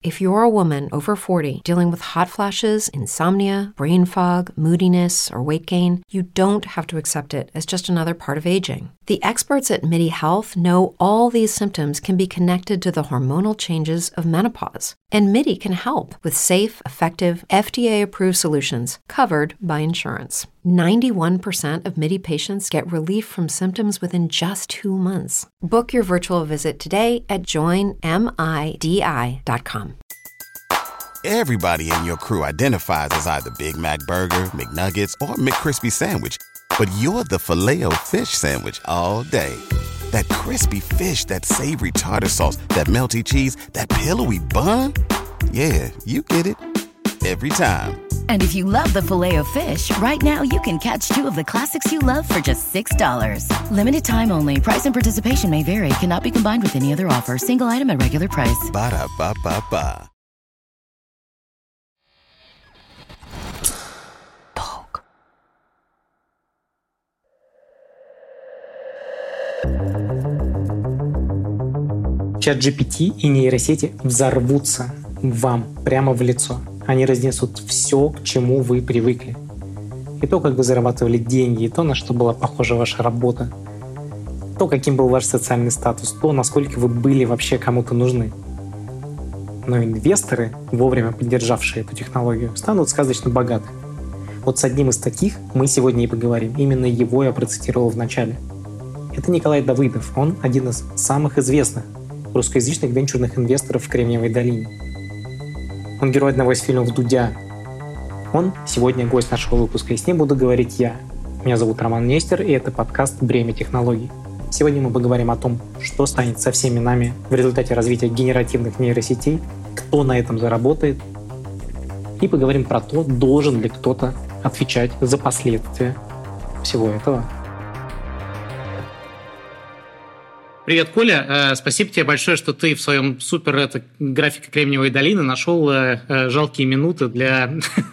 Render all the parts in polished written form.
If you're a woman over 40 dealing with hot flashes, insomnia, brain fog, moodiness, or weight gain, you don't have to accept it as just another part of aging. The experts at MIDI Health know all these symptoms can be connected to the hormonal changes of menopause. And MIDI can help with safe, effective, FDA-approved solutions covered by insurance. 91% of MIDI patients get relief from symptoms within just 2 months. Book your virtual visit today at joinmidi.com. Everybody in your crew identifies as either Big Mac Burger, McNuggets, or McCrispy Sandwich. But you're the Filet-O-Fish Sandwich all day. That crispy fish, that savory tartar sauce, that melty cheese, that pillowy bun. Yeah, you get it. Every time. And if you love the Filet-O-Fish, right now you can catch 2 of the classics you love for just $6. Limited time only. Price and participation may vary. Cannot be combined with any other offer. Single item at regular price. Ba-da-ba-ba-ba. ChatGPT и нейросети взорвутся вам прямо в лицо. Они разнесут все, к чему вы привыкли. И то, как вы зарабатывали деньги, и то, на что была похожа ваша работа, то, каким был ваш социальный статус, то, насколько вы были вообще кому-то нужны. Но инвесторы, вовремя поддержавшие эту технологию, станут сказочно богаты. Вот с одним из таких мы сегодня и поговорим. Именно его я процитировал в начале. Это Николай Давыдов. Он один из самых известных русскоязычных венчурных инвесторов в Кремниевой долине. Он герой одного из фильмов Дудя. Он сегодня гость нашего выпуска, и с ним буду говорить я. Меня зовут Роман Нестер, и это подкаст «Бремя технологий». Сегодня мы поговорим о том, что станет со всеми нами в результате развития генеративных нейросетей, кто на этом заработает, и поговорим про то, должен ли кто-то отвечать за последствия всего этого. Привет, Коля. Спасибо тебе большое, что ты в своем графике Кремниевой долины нашел жалкие минуты для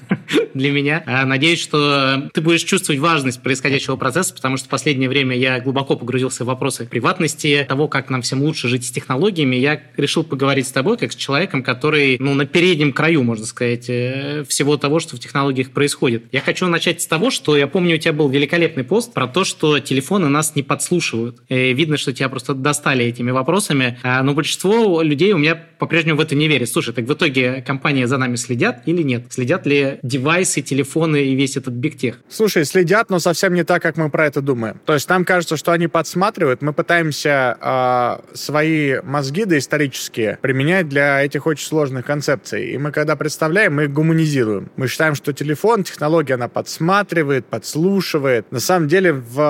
меня. Надеюсь, что ты будешь чувствовать важность происходящего процесса, потому что в последнее время я глубоко погрузился в вопросы приватности, того, как нам всем лучше жить с технологиями. Я решил поговорить с тобой, как с человеком, который на переднем краю, можно сказать, всего того, что в технологиях происходит. Я хочу начать с того, что я помню, у тебя был великолепный пост про то, что телефоны нас не подслушивают. Видно, что тебя просто достали этими вопросами, но большинство людей у меня по-прежнему в это не верит. Слушай, так в итоге компании за нами следят или нет? Следят ли девайсы, телефоны и весь этот бигтех? Слушай, следят, но совсем не так, как мы про это думаем. То есть нам кажется, что они подсматривают, мы пытаемся свои мозги доисторические применять для этих очень сложных концепций. И мы, когда представляем, мы их гуманизируем. Мы считаем, что телефон, технология, она подсматривает, подслушивает. На самом деле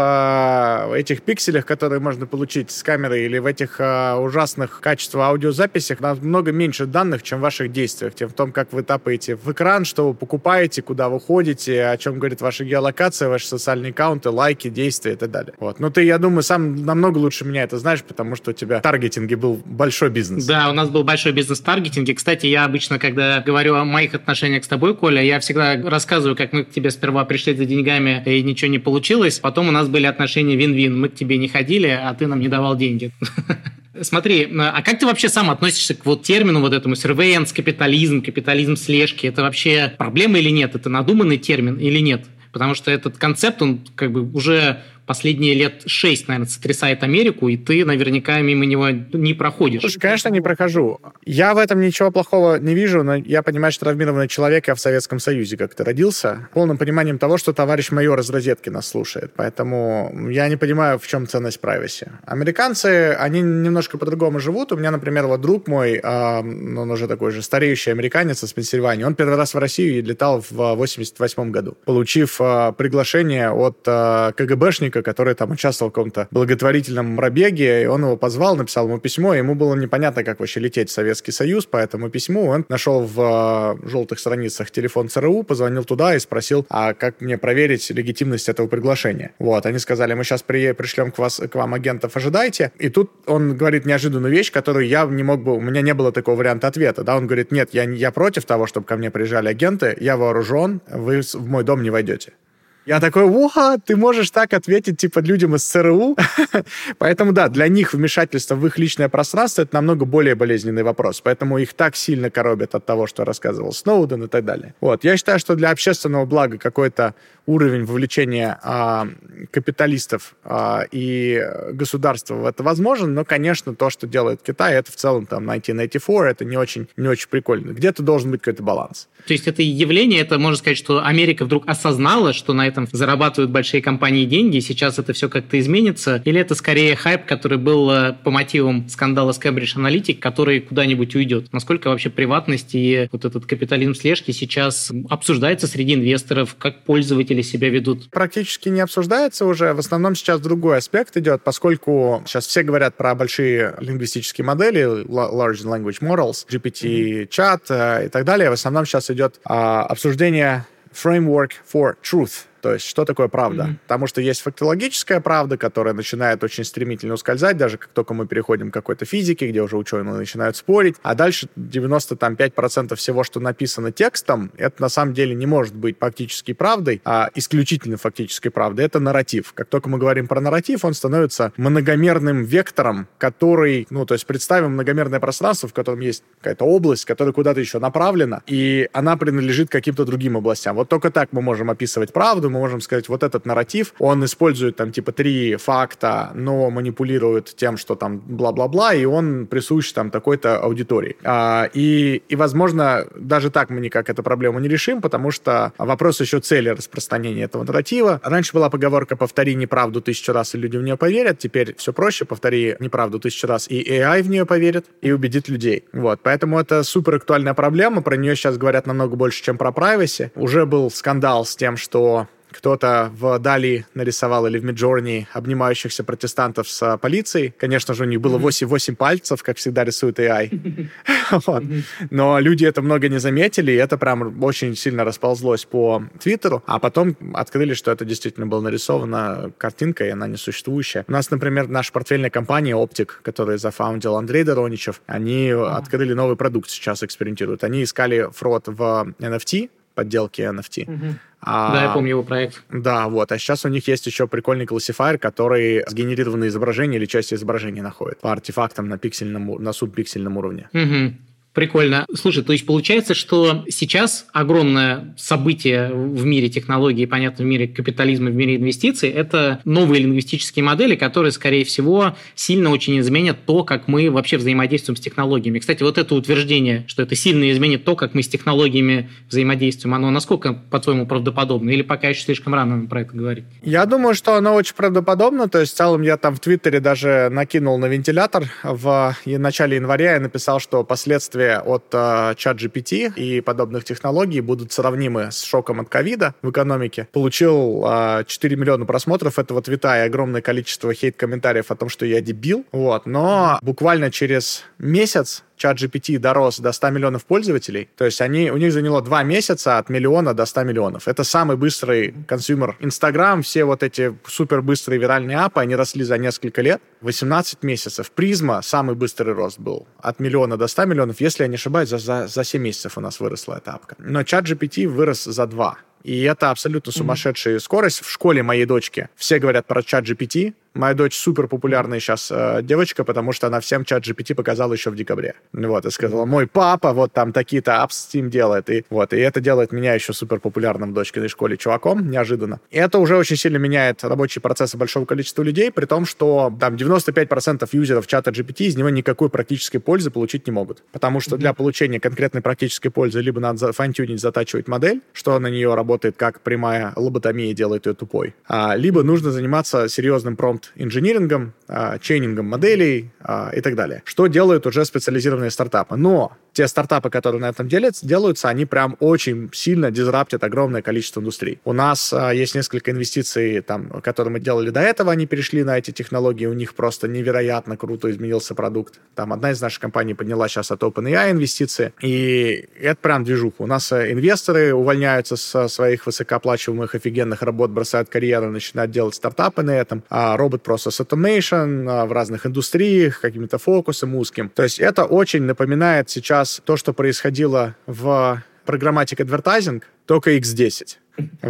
в этих пикселях, которые можно получить с камеры или в этих ужасных качествах аудиозаписях намного меньше данных, чем в ваших действиях, тем в том, как вы тапаете в экран, что вы покупаете, куда вы ходите, о чем говорит ваша геолокация, ваши социальные аккаунты, лайки, действия и так далее. Вот. Но ты, я думаю, сам намного лучше меня это знаешь, потому что у тебя в таргетинге был большой бизнес. Да, у нас был большой бизнес в таргетинге. Кстати, я обычно, когда говорю о моих отношениях с тобой, Коля, я всегда рассказываю, как мы к тебе сперва пришли за деньгами и ничего не получилось. Потом у нас были отношения вин-вин. Мы к тебе не ходили, а ты нам не давал деньги. Смотри, а как ты вообще сам относишься к термину этому surveillance, капитализм слежки? Это вообще проблема или нет? Это надуманный термин или нет? Потому что этот концепт, он уже последние лет 6, наверное, сотрясает Америку, и ты наверняка мимо него не проходишь. Слушай, конечно, не прохожу. Я в этом ничего плохого не вижу, но я понимаю, что травмированный человек, я в Советском Союзе как-то родился, полным пониманием того, что товарищ майор из розетки нас слушает. Поэтому я не понимаю, в чем ценность privacy. Американцы, они немножко по-другому живут. У меня, например, друг мой, он уже такой же стареющий американец из Пенсильвании, он первый раз в Россию летал в 88 году, получив приглашение от КГБшника, который там участвовал в каком-то благотворительном пробеге, и он его позвал, написал ему письмо, и ему было непонятно, как вообще лететь в Советский Союз, по этому письму он нашел в желтых страницах телефон ЦРУ, позвонил туда и спросил, а как мне проверить легитимность этого приглашения. Вот, они сказали, мы сейчас пришлем к вам агентов, ожидайте. И тут он говорит неожиданную вещь, которую я не мог бы, у меня не было такого варианта ответа, да, он говорит, нет, я против того, чтобы ко мне приезжали агенты, я вооружен, вы в мой дом не войдете. Я такой, ты можешь так ответить, типа, людям из ЦРУ? Поэтому, да, для них вмешательство в их личное пространство — это намного более болезненный вопрос. Поэтому их так сильно коробят от того, что рассказывал Сноуден и так далее. Я считаю, что для общественного блага какой-то уровень вовлечения капиталистов и государства в это возможен, но, конечно, то, что делает Китай, это в целом там 1984, это не очень прикольно. Где-то должен быть какой-то баланс. То есть это явление, это можно сказать, что Америка вдруг осознала, что на этом зарабатывают большие компании деньги, и сейчас это все как-то изменится? Или это скорее хайп, который был по мотивам скандала с Cambridge Analytica, который куда-нибудь уйдет? Насколько вообще приватность и вот этот капитализм слежки сейчас обсуждается среди инвесторов, как пользователи себя ведут? Практически не обсуждается уже. В основном сейчас другой аспект идет, поскольку сейчас все говорят про большие лингвистические модели, large language models, GPT-чат и так далее. В основном сейчас идет обсуждение framework for truth. То есть, что такое правда? Потому что есть фактологическая правда, которая начинает очень стремительно ускользать, даже как только мы переходим к какой-то физике, где уже ученые начинают спорить. А дальше 95% всего, что написано текстом, это на самом деле не может быть фактической правдой, а исключительно фактической правдой. Это нарратив. Как только мы говорим про нарратив, он становится многомерным вектором, который, то есть представим многомерное пространство, в котором есть какая-то область, которая куда-то еще направлена, и она принадлежит каким-то другим областям. Вот только так мы можем описывать правду, мы можем сказать, вот этот нарратив, он использует там типа 3 факта, но манипулирует тем, что там бла-бла-бла, и он присущ там такой-то аудитории. И, возможно, даже так мы никак эту проблему не решим, потому что вопрос еще цели распространения этого нарратива. Раньше была поговорка «повтори неправду 1000 раз, и люди в нее поверят». Теперь все проще. Повтори неправду 1000 раз, и AI в нее поверит, и убедит людей. Поэтому это супер актуальная проблема. Про нее сейчас говорят намного больше, чем про privacy. Уже был скандал с тем, что кто-то в Дали нарисовал или в Midjourney обнимающихся протестантов с полицией. Конечно же, у них было 8 пальцев, как всегда рисует AI. Но люди это много не заметили, и это прям очень сильно расползлось по Твиттеру. А потом открыли, что это действительно была нарисована картинка, и она несуществующая. У нас, например, наша портфельная компания Optic, которую зафаундил Андрей Дороничев, они открыли новый продукт, сейчас экспериментируют. Они искали фрод в NFT, подделки NFT. Да, я помню его проект. Да, а сейчас у них есть еще прикольный классифайер, который сгенерированные изображения или части изображения находит по артефактам на субпиксельном уровне. Прикольно. Слушай, то есть получается, что сейчас огромное событие в мире технологий, понятно, в мире капитализма, в мире инвестиций, это новые лингвистические модели, которые, скорее всего, сильно очень изменят то, как мы вообще взаимодействуем с технологиями. Кстати, вот это утверждение, что это сильно изменит то, как мы с технологиями взаимодействуем, оно насколько, по-твоему, правдоподобно? Или пока еще слишком рано про это говорить? Я думаю, что оно очень правдоподобно. То есть, в целом, я там в Твиттере даже накинул на вентилятор. В начале января я написал, что последствия от ChatGPT и подобных технологий будут сравнимы с шоком от ковида в экономике. Получил 4 миллиона просмотров этого твита и огромное количество хейт-комментариев о том, что я дебил. Но буквально через месяц ChatGPT дорос до 100 миллионов пользователей. То есть у них заняло 2 месяца от миллиона до 100 миллионов. Это самый быстрый консюмер. Инстаграм, все вот эти супербыстрые виральные аппы, они росли за несколько лет. 18 месяцев. Призма, самый быстрый рост был от миллиона до 100 миллионов. Если я не ошибаюсь, за 7 месяцев у нас выросла эта апка. Но ChatGPT вырос за 2. И это абсолютно сумасшедшая скорость. В школе моей дочки все говорят про ChatGPT. Моя дочь супер популярная сейчас девочка, потому что она всем ChatGPT показала еще в декабре. И сказала, мой папа вот там такие-то апps с Steam делает. И это делает меня еще супер популярным в дочкиной школе чуваком, неожиданно. И это уже очень сильно меняет рабочие процессы большого количества людей, при том, что там 95% юзеров чата GPT из него никакой практической пользы получить не могут. Потому что для получения конкретной практической пользы либо надо файн-тюнить, затачивать модель, что на нее работает как прямая лоботомия, делает ее тупой, либо нужно заниматься серьезным инжинирингом, чейнингом моделей и так далее. Что делают уже специализированные стартапы. Но те стартапы, которые на этом делаются, они прям очень сильно дизраптят огромное количество индустрий. У нас есть несколько инвестиций, которые мы делали до этого, они перешли на эти технологии, у них просто невероятно круто изменился продукт. Одна из наших компаний подняла сейчас от OpenAI инвестиции, и это прям движуха. У нас инвесторы увольняются со своих высокооплачиваемых офигенных работ, бросают карьеру, начинают делать стартапы на этом, робот Process Automation в разных индустриях, каким-то фокусом узким. То есть это очень напоминает сейчас то, что происходило в Programmatic Advertising, только X10.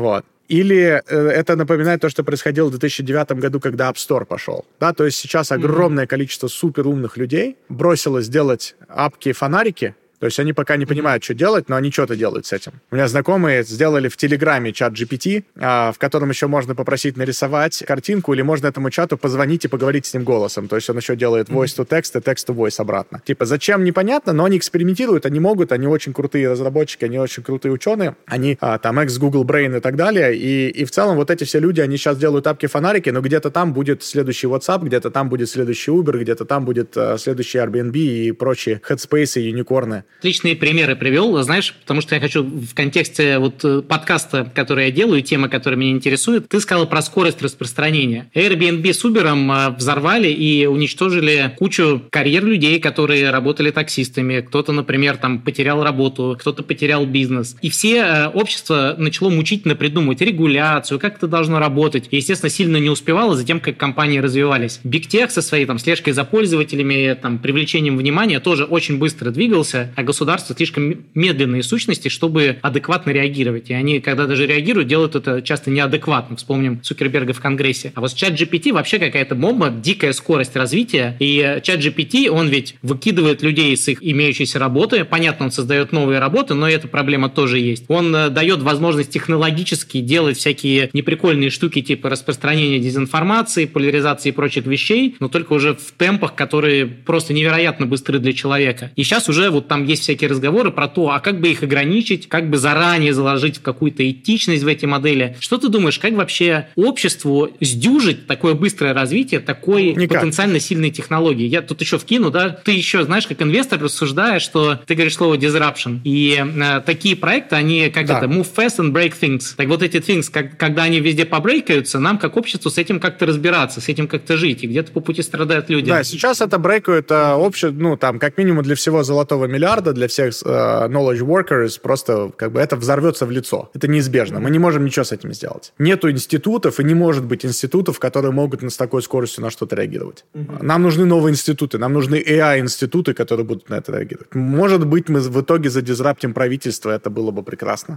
Или это напоминает то, что происходило в 2009 году, когда App Store пошел. Да, то есть сейчас огромное количество суперумных людей бросилось делать апки-фонарики. То есть они пока не понимают, что делать, но они что-то делают с этим. У меня знакомые сделали в Телеграме чат GPT, в котором еще можно попросить нарисовать картинку, или можно этому чату позвонить и поговорить с ним голосом. То есть он еще делает voice to text и text to voice обратно. Типа, зачем, непонятно, но они экспериментируют, они могут, они очень крутые разработчики, они очень крутые ученые, они там ex-Google Brain и так далее. И в целом вот эти все люди, они сейчас делают апки-фонарики, но где-то там будет следующий WhatsApp, где-то там будет следующий Uber, где-то там будет следующий Airbnb и прочие Headspace и юникорны. Отличные примеры привел, знаешь, потому что я хочу в контексте вот подкаста, который я делаю, темы, которые меня интересуют, ты сказал про скорость распространения. Airbnb с Uber взорвали и уничтожили кучу карьер людей, которые работали таксистами. Кто-то, например, там потерял работу, кто-то потерял бизнес. И все общество начало мучительно придумывать регуляцию, как это должно работать. И, естественно, сильно не успевало за тем, как компании развивались. Big Tech со своей там слежкой за пользователями, там, привлечением внимания тоже очень быстро двигался, а государство слишком медленные сущности, чтобы адекватно реагировать. И они, когда даже реагируют, делают это часто неадекватно. Вспомним Цукерберга в Конгрессе. А вот с ChatGPT вообще какая-то бомба, дикая скорость развития. И ChatGPT, он ведь выкидывает людей с их имеющейся работы. Понятно, он создает новые работы, но эта проблема тоже есть. Он дает возможность технологически делать всякие неприкольные штуки типа распространения дезинформации, поляризации и прочих вещей, но только уже в темпах, которые просто невероятно быстры для человека. И сейчас уже вот там есть всякие разговоры про то, а как бы их ограничить, как бы заранее заложить в какую-то этичность в эти модели. Что ты думаешь, как вообще обществу сдюжить такое быстрое развитие такой потенциально сильной технологии? Я тут еще вкину, да, ты еще, знаешь, как инвестор рассуждаешь, что ты говоришь слово disruption. И такие проекты, они как это, move fast and break things. Так вот эти things, когда они везде побрейкаются, нам как обществу с этим как-то разбираться, с этим как-то жить. И где-то по пути страдают люди. Да, сейчас это брейкают общество, ну, там, как минимум для всего золотого миллиарда, для всех knowledge workers, просто как бы это взорвется в лицо. Это неизбежно. Мы не можем ничего с этим сделать. Нету институтов, и не может быть институтов, которые могут с такой скоростью на что-то реагировать. Нам нужны новые институты, нам нужны AI-институты, которые будут на это реагировать. Может быть, мы в итоге задизраптим правительство, это было бы прекрасно.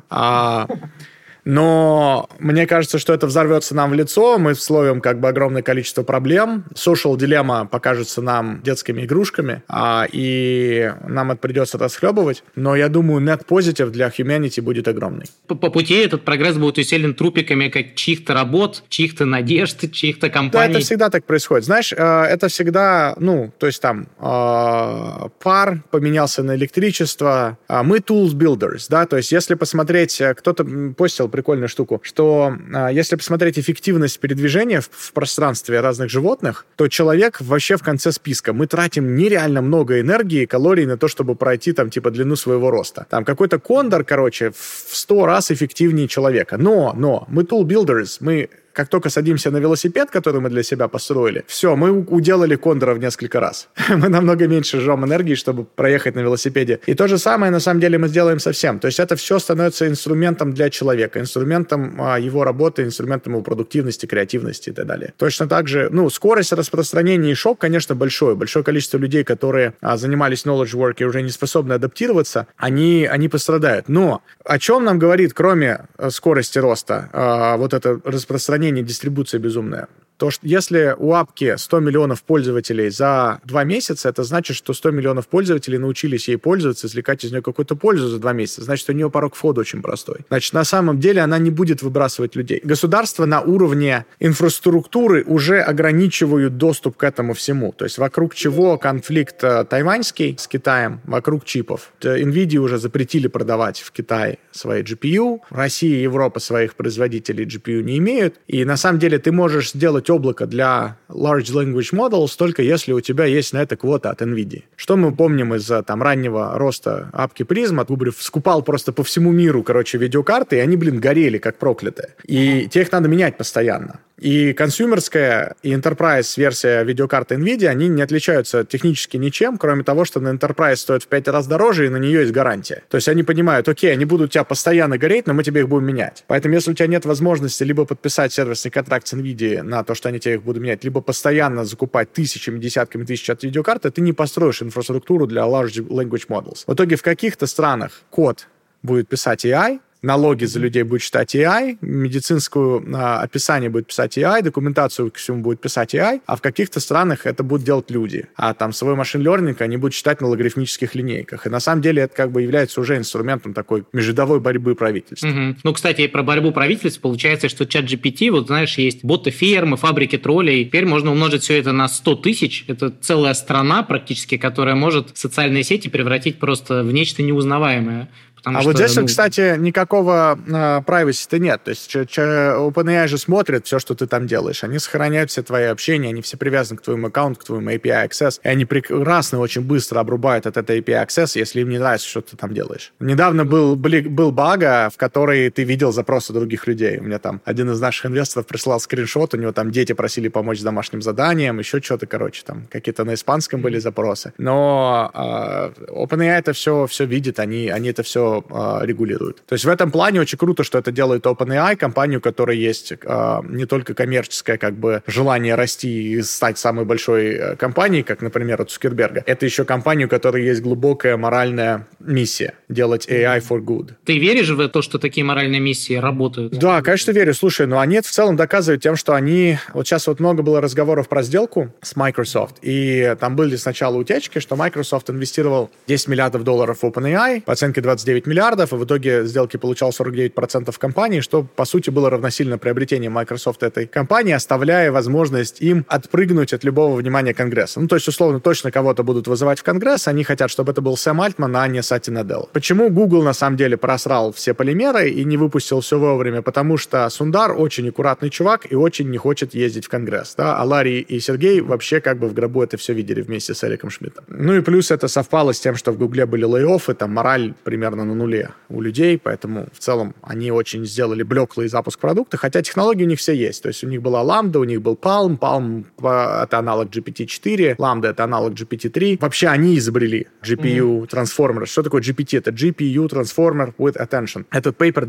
Но мне кажется, что это взорвется нам в лицо, мы словим как бы огромное количество проблем. Social dilemma покажется нам детскими игрушками, и нам это придется расхлебывать. Но я думаю, net positive для humanity будет огромный. По пути этот прогресс будет усилен трупиками как чьих-то работ, чьих-то надежд, чьих-то компаний. Да, это всегда так происходит. Знаешь, это всегда, то есть там пар поменялся на электричество. Мы tools builders, да, то есть если посмотреть, кто-то постил прикольную штуку, что если посмотреть эффективность передвижения в пространстве разных животных, то человек вообще в конце списка. Мы тратим нереально много энергии и калорий на то, чтобы пройти там типа длину своего роста. Там какой-то кондор, короче, в 100 раз эффективнее человека. Но мы tool builders, мы как только садимся на велосипед, который мы для себя построили, все, мы уделали кондора в несколько раз. Мы намного меньше жжем энергии, чтобы проехать на велосипеде. И то же самое, на самом деле, мы сделаем со всем. То есть это все становится инструментом для человека, инструментом его работы, инструментом его продуктивности, креативности и так далее. Точно так же, скорость распространения и шок, конечно, большое. Большое количество людей, которые занимались knowledge work и уже не способны адаптироваться, они пострадают. Но о чем нам говорит, кроме скорости роста, вот это распространение, дистрибуция безумная? То, что если у апки 100 миллионов пользователей за 2 месяца, это значит, что 100 миллионов пользователей научились ей пользоваться, извлекать из нее какую-то пользу за 2 месяца. Значит, у нее порог входа очень простой. Значит, на самом деле она не будет выбрасывать людей. Государства на уровне инфраструктуры уже ограничивают доступ к этому всему. То есть вокруг чего конфликт тайваньский с Китаем, вокруг чипов. NVIDIA уже запретили продавать в Китае свои GPU. Россия и Европа своих производителей GPU не имеют. И на самом деле ты можешь сделать облако для Large Language Models только если у тебя есть на это квота от NVIDIA. Что мы помним из раннего роста апки Prism? Губрев скупал просто по всему миру, видеокарты, и они, горели как проклятые. И тех надо менять постоянно. И консюмерская, и Enterprise версия видеокарты NVIDIA, они не отличаются технически ничем, кроме того, что на Enterprise стоит в 5 раз дороже, и на нее есть гарантия. То есть они понимают, окей, они будут у тебя постоянно гореть, но мы тебе их будем менять. Поэтому если у тебя нет возможности либо подписать сервисный контракт с NVIDIA на то, что они тебе их будут менять, либо постоянно закупать тысячами, десятками тысяч от видеокарты, ты не построишь инфраструктуру для Large Language Models. В итоге в каких-то странах код будет писать AI, налоги за людей будет считать AI, медицинскую описание будет писать AI, документацию к всему будет писать AI, а в каких-то странах это будут делать люди. А там свой машин-лернинг они будут считать на логарифмических линейках. И на самом деле это как бы является уже инструментом такой межвидовой борьбы правительства. Ну, кстати, про борьбу правительств получается, что ChatGPT, вот знаешь, есть боты-фермы, фабрики троллей. Теперь можно умножить все это на 100 тысяч. Это целая страна практически, которая может социальные сети превратить просто в нечто неузнаваемое. А вот здесь, кстати, никакого privacy-то нет. То есть OpenAI же смотрит все, что ты там делаешь. Они сохраняют все твои общения, они все привязаны к твоему аккаунту, к твоему API Access. И они прекрасно, очень быстро обрубают от этой API Access, если им не нравится, что ты там делаешь. Недавно был баг, в который ты видел запросы других людей. У меня там один из наших инвесторов прислал скриншот, у него там дети просили помочь с домашним заданием, еще что-то, короче, там какие-то на испанском были запросы. Но OpenAI это все видит, они это все регулируют. То есть в этом плане очень круто, что это делает OpenAI, компания, у которой есть не только коммерческое как бы желание расти и стать самой большой компанией, как, например, от Цукерберга. Это еще компания, у которой есть глубокая моральная миссия — делать AI for good. Ты веришь в то, что такие моральные миссии работают? Да, конечно, верю. Слушай, но они в целом доказывают тем, что они... Вот сейчас вот много было разговоров про сделку с Microsoft, и там были сначала утечки, что Microsoft инвестировал $10 миллиардов в OpenAI, по оценке 29 миллиардов, и в итоге сделки получал 49% компании, что, по сути, было равносильно приобретению Microsoft этой компании, оставляя возможность им отпрыгнуть от любого внимания Конгресса. Ну, то есть, условно, точно кого-то будут вызывать в Конгресс, они хотят, чтобы это был Сэм Альтман, а не Сатья Наделла. Почему Google, на самом деле, просрал все полимеры и не выпустил все вовремя? Потому что Сундар очень аккуратный чувак и очень не хочет ездить в Конгресс, да? А Ларри и Сергей вообще как бы в гробу это все видели вместе с Эриком Шмидтом. Ну и плюс это совпало с тем, что в Гугле были лей-оффы, там мораль примерно на нуле у людей, поэтому в целом они очень сделали блеклый запуск продукта, хотя технологии у них все есть. То есть у них была Lambda, у них был Palm это аналог GPT-4, Lambda это аналог GPT-3. Вообще они изобрели GPU Transformer. Что такое GPT? Это GPU Transformer with Attention. Этот пейпер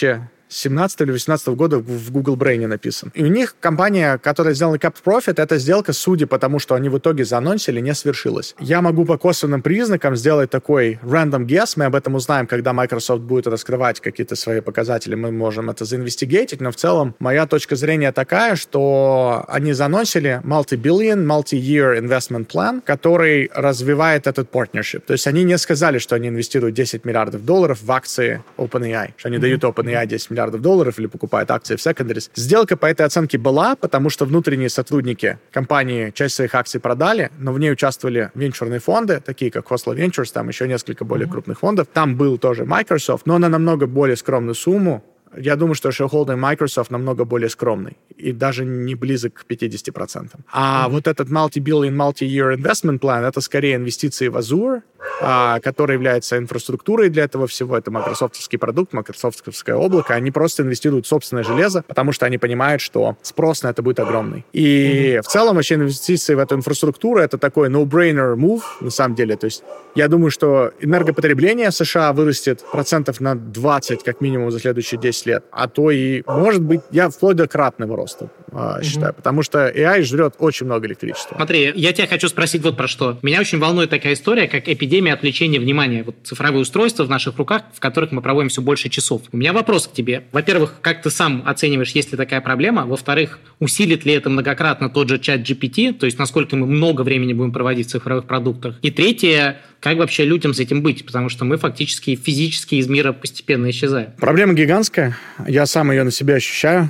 2017 или 2018 года в Google Brain написан. И у них компания, которая сделала Capped Profit, эта сделка, судя по тому, что они в итоге заанонсили, не свершилась. Я могу по косвенным признакам сделать такой random guess, мы об этом узнаем, когда Microsoft будет раскрывать какие-то свои показатели, мы можем это заинвестигейтить, но в целом моя точка зрения такая, что они заанонсили multi-billion, multi-year investment plan, который развивает этот partnership. То есть они не сказали, что они инвестируют $10 миллиардов в акции OpenAI, что они дают OpenAI $10 миллиардов или покупают акции в secondaries. Сделка по этой оценке была, потому что внутренние сотрудники компании часть своих акций продали, но в ней участвовали венчурные фонды, такие как Khosla Ventures, там еще несколько более крупных фондов. Там был тоже Microsoft, но на намного более скромную сумму. Я думаю, что shareholding Microsoft намного более скромный и даже не близок к 50%. А вот этот multi-billion, multi-year investment plan — это скорее инвестиции в Azure, который является инфраструктурой для этого всего. Это майкрософтовский продукт, майкрософтовское облако. Они просто инвестируют в собственное железо, потому что они понимают, что спрос на это будет огромный. И в целом вообще инвестиции в эту инфраструктуру — это такой no-brainer move, на самом деле. То есть я думаю, что энергопотребление в США вырастет процентов на 20 как минимум за следующие 10 лет, а то и, может быть, я вплоть до кратного роста считаю, потому что AI жрет очень много электричества. Смотри, я тебя хочу спросить вот про что. Меня очень волнует такая история, как эпидемия отвлечения внимания. Вот цифровые устройства в наших руках, в которых мы проводим все больше часов. У меня вопрос к тебе. Во-первых, как ты сам оцениваешь, есть ли такая проблема? Во-вторых, усилит ли это многократно тот же чат GPT, то есть насколько мы много времени будем проводить в цифровых продуктах? И третье, как вообще людям с этим быть? Потому что мы фактически физически из мира постепенно исчезаем. Проблема гигантская. Я сам ее на себе ощущаю.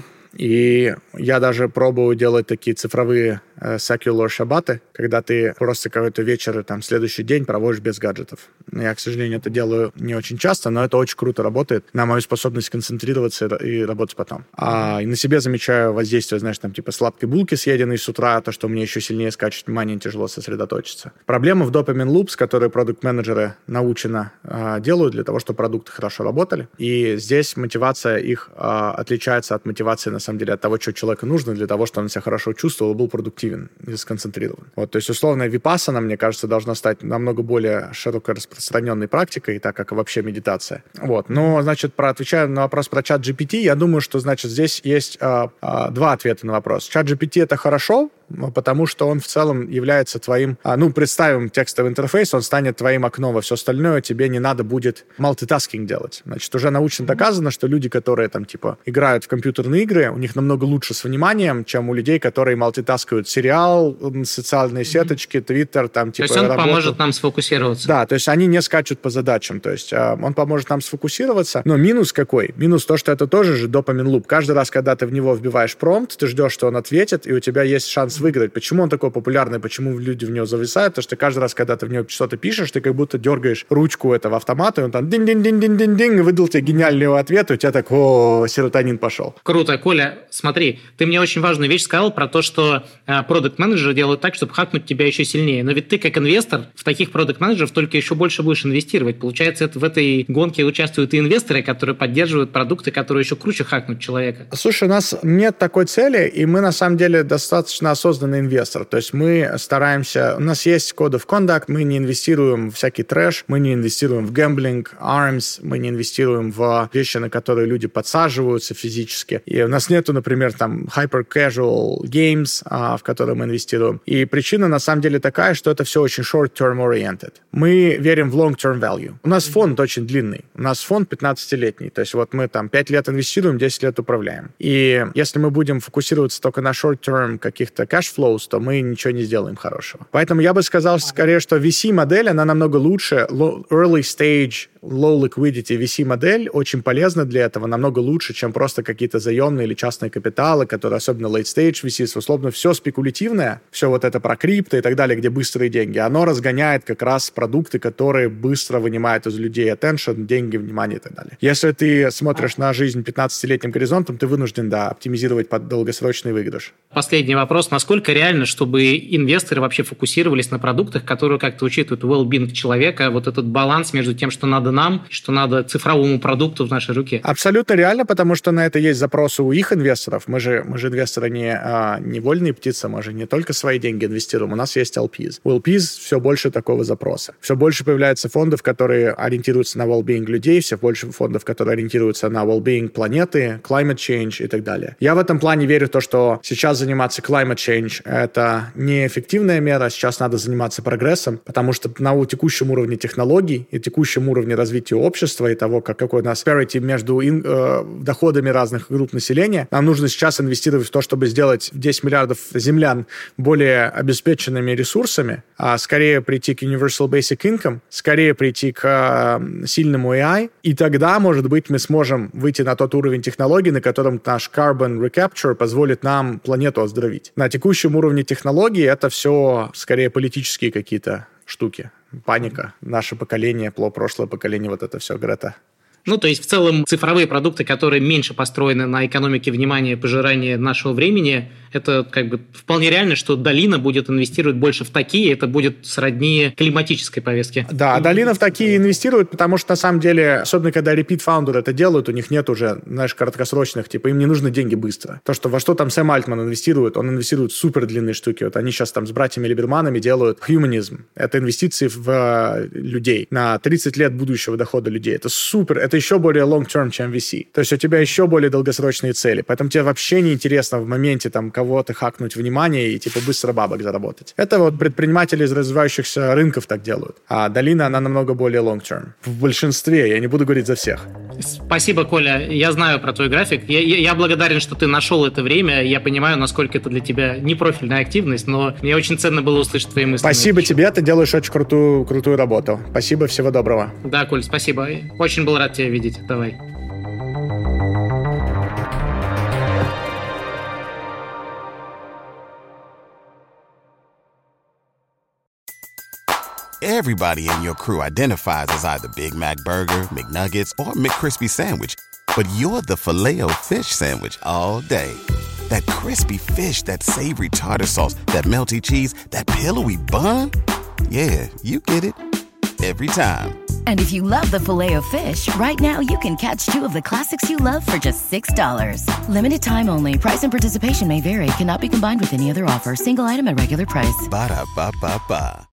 И я даже пробую делать такие цифровые secular шаббаты, когда ты просто какой-то вечер, там, следующий день проводишь без гаджетов. Я, к сожалению, это делаю не очень часто, но это очень круто работает на мою способность концентрироваться и работать потом. И на себе замечаю воздействие, знаешь, там, типа сладкой булки, съеденной с утра, то, что мне еще сильнее скачет внимание, тяжело сосредоточиться. Проблема в dopamine loops, которые продукт-менеджеры научно делают для того, чтобы продукты хорошо работали. И здесь мотивация их отличается от мотивации, на самом деле, от того, что человеку нужно для того, чтобы он себя хорошо чувствовал и был продуктивен и сконцентрирован. Вот, то есть, условно, випассана, мне кажется, должна стать намного более широко распространенной практикой, так как и вообще медитация. Вот. Но, значит, отвечая на вопрос про чат GPT, я думаю, что, значит, здесь есть два ответа на вопрос. Чат GPT — это хорошо, потому что он в целом является твоим... представим текстовый интерфейс, он станет твоим окном во все остальное, тебе не надо будет мультитаскинг делать. Значит, уже научно доказано, что люди, которые там, типа, играют в компьютерные игры, у них намного лучше с вниманием, чем у людей, которые мультитаскают сериал, социальные сеточки, твиттер, там, типа, то есть он работу. поможет нам сфокусироваться. Да, то есть они не скачут по задачам, то есть он поможет нам сфокусироваться, но минус какой? Минус то, что это тоже же допамин-луп. Каждый раз, когда ты в него вбиваешь промпт, ты ждешь, что он ответит, и у тебя есть шанс выиграть. Почему он такой популярный, почему люди в него зависают? Потому что каждый раз, когда ты в него что-то пишешь, ты как будто дергаешь ручку этого автомата, и он там динь-динь-динь-динь-динь, выдал тебе гениальный ответ, и у тебя так, серотонин пошел. Круто. Коля, смотри, ты мне очень важную вещь сказал про то, что продакт-менеджеры делают так, чтобы хакнуть тебя еще сильнее. Но ведь ты, как инвестор, в таких продакт-менеджеров только еще больше будешь инвестировать. Получается, в этой гонке участвуют и инвесторы, которые поддерживают продукты, которые еще круче хакнуть человека. Слушай, у нас нет такой цели, и мы, на самом деле, достаточно осознанный инвестор. То есть мы стараемся... У нас есть Code of Conduct, мы не инвестируем в всякий трэш, мы не инвестируем в гэмблинг, ARMS, мы не инвестируем в вещи, на которые люди подсаживаются физически. И у нас нету, например, там, hyper-casual games, в которые мы инвестируем. И причина, на самом деле, такая, что это все очень short-term oriented. Мы верим в long-term value. У нас фонд очень длинный. У нас фонд 15-летний. То есть вот мы там 5 лет инвестируем, 10 лет управляем. И если мы будем фокусироваться только на short-term каких-то cash flows, то мы ничего не сделаем хорошего. Поэтому я бы сказал скорее, что VC-модель, она намного лучше. Early stage, low liquidity VC-модель очень полезна для этого, намного лучше, чем просто какие-то заемные или частные капиталы, которые, особенно late stage VC, условно, все спекулятивное, все вот это про крипто и так далее, где быстрые деньги, оно разгоняет как раз продукты, которые быстро вынимают из людей attention, деньги, внимание и так далее. Если ты смотришь на жизнь 15-летним горизонтом, ты вынужден, оптимизировать под долгосрочный выигрыш. Последний вопрос. Насколько реально, чтобы инвесторы вообще фокусировались на продуктах, которые как-то учитывают well-being человека, вот этот баланс между тем, что надо нам, что надо цифровому продукту в нашей руке? Абсолютно реально, потому что на это есть запросы у их инвесторов. Мы же инвесторы не вольные птицы, мы же не только свои деньги инвестируем, у нас есть LPs. У LPs все больше такого запроса. Все больше появляется фондов, которые ориентируются на well-being людей, все больше фондов, которые ориентируются на well-being планеты, climate change и так далее. Я в этом плане верю в то, что сейчас заниматься climate change — это неэффективная мера, сейчас надо заниматься прогрессом, потому что на текущем уровне технологий и текущем уровне развития общества и того, какой у нас parity между доходами разных групп населения, нам нужно сейчас инвестировать в то, чтобы сделать 10 миллиардов землян более обеспеченными ресурсами, а скорее прийти к universal basic income, скорее прийти к сильному AI, и тогда, может быть, мы сможем выйти на тот уровень технологий, на котором наш carbon recapture позволит нам планету оздоровить. На текущем уровне технологий это все скорее политические какие-то штуки. Паника. Наше поколение, прошлое поколение, вот это все, Грета. То есть в целом цифровые продукты, которые меньше построены на экономике внимания и пожирании нашего времени, это как бы вполне реально, что Долина будет инвестировать больше в такие, это будет сродни климатической повестке. Да, Долина в такие инвестирует, потому что на самом деле, особенно когда repeat-фаундеры это делают, у них нет уже, краткосрочных, им не нужны деньги быстро. То, что во что там Сэм Альтман инвестирует, он инвестирует в супер длинные штуки. Вот они сейчас там с братьями Либерманами делают humanism. Это инвестиции в людей на 30 лет будущего дохода людей. Это супер, это еще более long-term, чем VC. То есть у тебя еще более долгосрочные цели. Поэтому тебе вообще не интересно в моменте кого-то хакнуть внимание и быстро бабок заработать. Это вот предприниматели из развивающихся рынков так делают. А Долина, она намного более long-term. В большинстве, я не буду говорить за всех. Спасибо, Коля. Я знаю про твой график. Я благодарен, что ты нашел это время. Я понимаю, насколько это для тебя непрофильная активность, но мне очень ценно было услышать твои мысли. Спасибо тебе, ты делаешь очень крутую работу. Спасибо, всего доброго. Да, Коль, спасибо. Очень был рад тебя видеть. Давай. Everybody in your crew identifies as either Big Mac Burger, McNuggets, or McCrispy Sandwich. But you're the Filet-O-Fish Sandwich all day. That crispy fish, that savory tartar sauce, that melty cheese, that pillowy bun. Yeah, you get it. Every time. And if you love the Filet-O-Fish, right now you can catch two of the classics you love for just $6. Limited time only. Price and participation may vary. Cannot be combined with any other offer. Single item at regular price. Ba-da-ba-ba-ba.